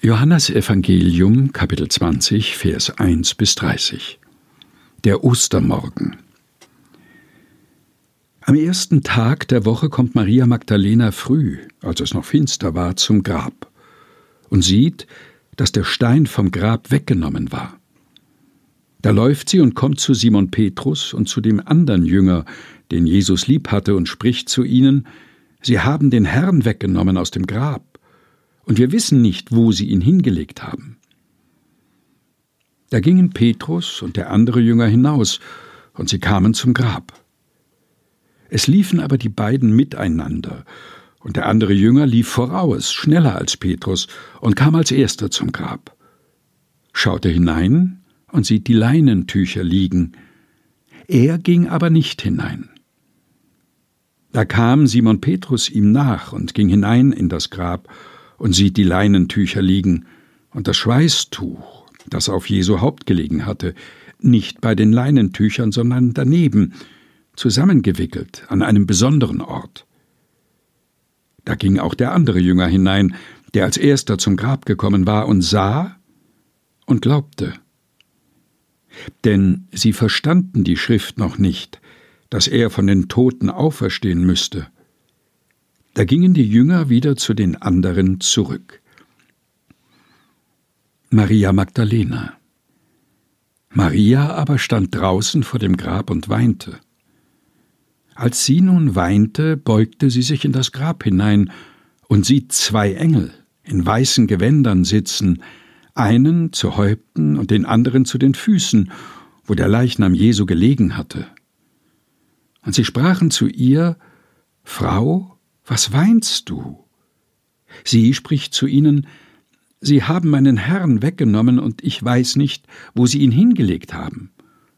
Johannesevangelium, Kapitel 20, Vers 1-30. Der Ostermorgen. Am ersten Tag der Woche kommt Maria Magdalena früh, als es noch finster war, zum Grab und sieht, dass der Stein vom Grab weggenommen war. Da läuft sie und kommt zu Simon Petrus und zu dem anderen Jünger, den Jesus lieb hatte, und spricht zu ihnen: Sie haben den Herrn weggenommen aus dem Grab, und wir wissen nicht, wo sie ihn hingelegt haben. Da gingen Petrus und der andere Jünger hinaus, und sie kamen zum Grab. Es liefen aber die beiden miteinander, und der andere Jünger lief voraus, schneller als Petrus, und kam als erster zum Grab. Schaute hinein und sieht die Leinentücher liegen. Er ging aber nicht hinein. Da kam Simon Petrus ihm nach und ging hinein in das Grab und sieht die Leinentücher liegen und das Schweißtuch, das auf Jesu Haupt gelegen hatte, nicht bei den Leinentüchern, sondern daneben, zusammengewickelt an einem besonderen Ort. Da ging auch der andere Jünger hinein, der als erster zum Grab gekommen war, und sah und glaubte. Denn sie verstanden die Schrift noch nicht, dass er von den Toten auferstehen müsste. Da gingen die Jünger wieder zu den anderen zurück. Maria Magdalena. Maria aber stand draußen vor dem Grab und weinte. Als sie nun weinte, beugte sie sich in das Grab hinein und sieht zwei Engel in weißen Gewändern sitzen, einen zu Häupten und den anderen zu den Füßen, wo der Leichnam Jesu gelegen hatte. Und sie sprachen zu ihr: Frau, was weinst du? Sie spricht zu ihnen: Sie haben meinen Herrn weggenommen, und ich weiß nicht, wo sie ihn hingelegt haben.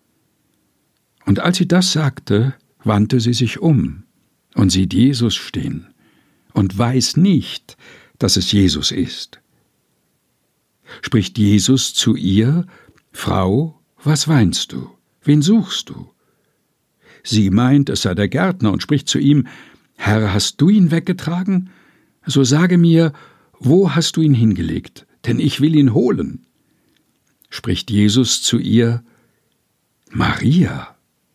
Und als sie das sagte, wandte sie sich um und sieht Jesus stehen und weiß nicht, dass es Jesus ist. Spricht Jesus zu ihr: Frau, was weinst du? Wen suchst du? Sie meint, es sei der Gärtner, und spricht zu ihm: Herr, hast du ihn weggetragen? So sage mir, wo hast du ihn hingelegt? Denn ich will ihn holen. Spricht Jesus zu ihr: Maria.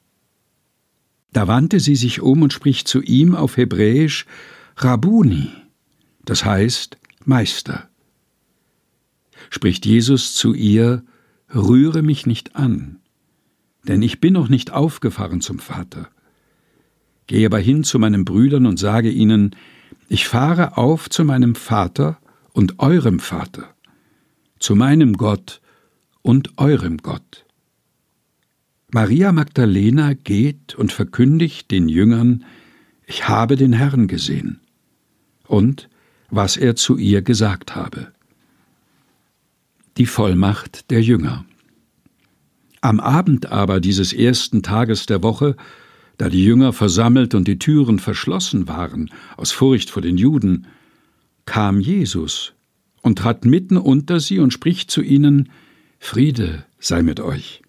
Da wandte sie sich um und spricht zu ihm auf Hebräisch: Rabbuni, das heißt Meister. Spricht Jesus zu ihr: Rühre mich nicht an, denn ich bin noch nicht aufgefahren zum Vater. Gehe aber hin zu meinen Brüdern und sage ihnen: Ich fahre auf zu meinem Vater und eurem Vater, zu meinem Gott und eurem Gott. Maria Magdalena geht und verkündigt den Jüngern: Ich habe den Herrn gesehen, und was er zu ihr gesagt habe. Die Vollmacht der Jünger. Am Abend aber dieses ersten Tages der Woche, da die Jünger versammelt und die Türen verschlossen waren, aus Furcht vor den Juden, kam Jesus und trat mitten unter sie und spricht zu ihnen: Friede sei mit euch.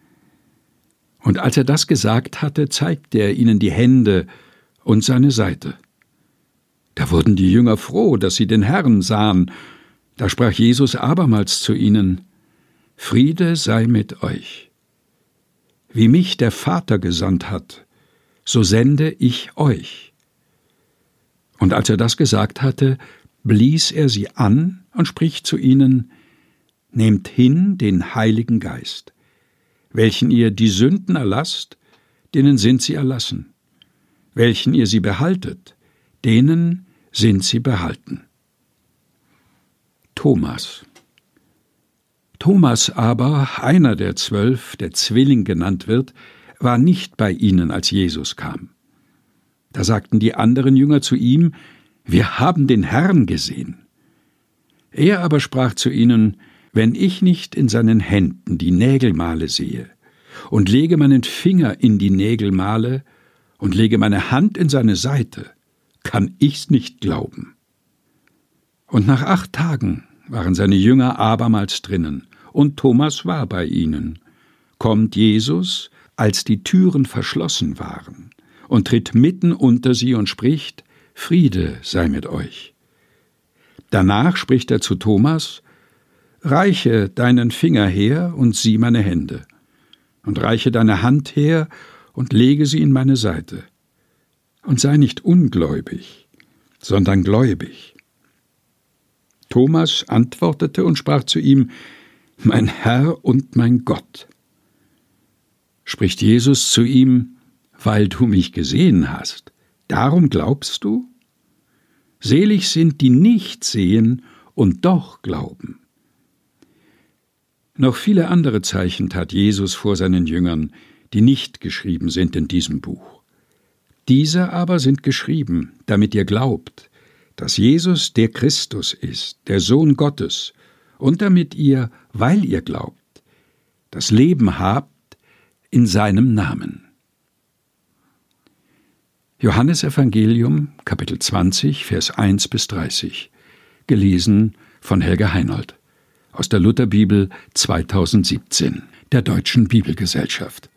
Und als er das gesagt hatte, zeigte er ihnen die Hände und seine Seite. Da wurden die Jünger froh, dass sie den Herrn sahen. Da sprach Jesus abermals zu ihnen: Friede sei mit euch. Wie mich der Vater gesandt hat, so sende ich euch. Und als er das gesagt hatte, blies er sie an und spricht zu ihnen: Nehmt hin den Heiligen Geist. Welchen ihr die Sünden erlasst, denen sind sie erlassen. Welchen ihr sie behaltet, denen sind sie behalten. Thomas. Thomas aber, einer der 12, der Zwilling genannt wird, war nicht bei ihnen, als Jesus kam. Da sagten die anderen Jünger zu ihm: Wir haben den Herrn gesehen. Er aber sprach zu ihnen: Wenn ich nicht in seinen Händen die Nägelmale sehe und lege meinen Finger in die Nägelmale und lege meine Hand in seine Seite, kann ich's nicht glauben. Und nach 8 Tagen waren seine Jünger abermals drinnen, und Thomas war bei ihnen. Kommt Jesus, als die Türen verschlossen waren, und tritt mitten unter sie und spricht: Friede sei mit euch. Danach spricht er zu Thomas: Reiche deinen Finger her und sieh meine Hände, und reiche deine Hand her und lege sie in meine Seite. Und sei nicht ungläubig, sondern gläubig. Thomas antwortete und sprach zu ihm: Mein Herr und mein Gott. Spricht Jesus zu ihm: Weil du mich gesehen hast, darum glaubst du? Selig sind, die nicht sehen und doch glauben. Noch viele andere Zeichen tat Jesus vor seinen Jüngern, die nicht geschrieben sind in diesem Buch. Diese aber sind geschrieben, damit ihr glaubt, dass Jesus der Christus ist, der Sohn Gottes, und damit ihr, weil ihr glaubt, das Leben habt in seinem Namen. Johannesevangelium, Kapitel 20, Vers 1-30, gelesen von Helga Heinold, aus der Lutherbibel 2017, der Deutschen Bibelgesellschaft.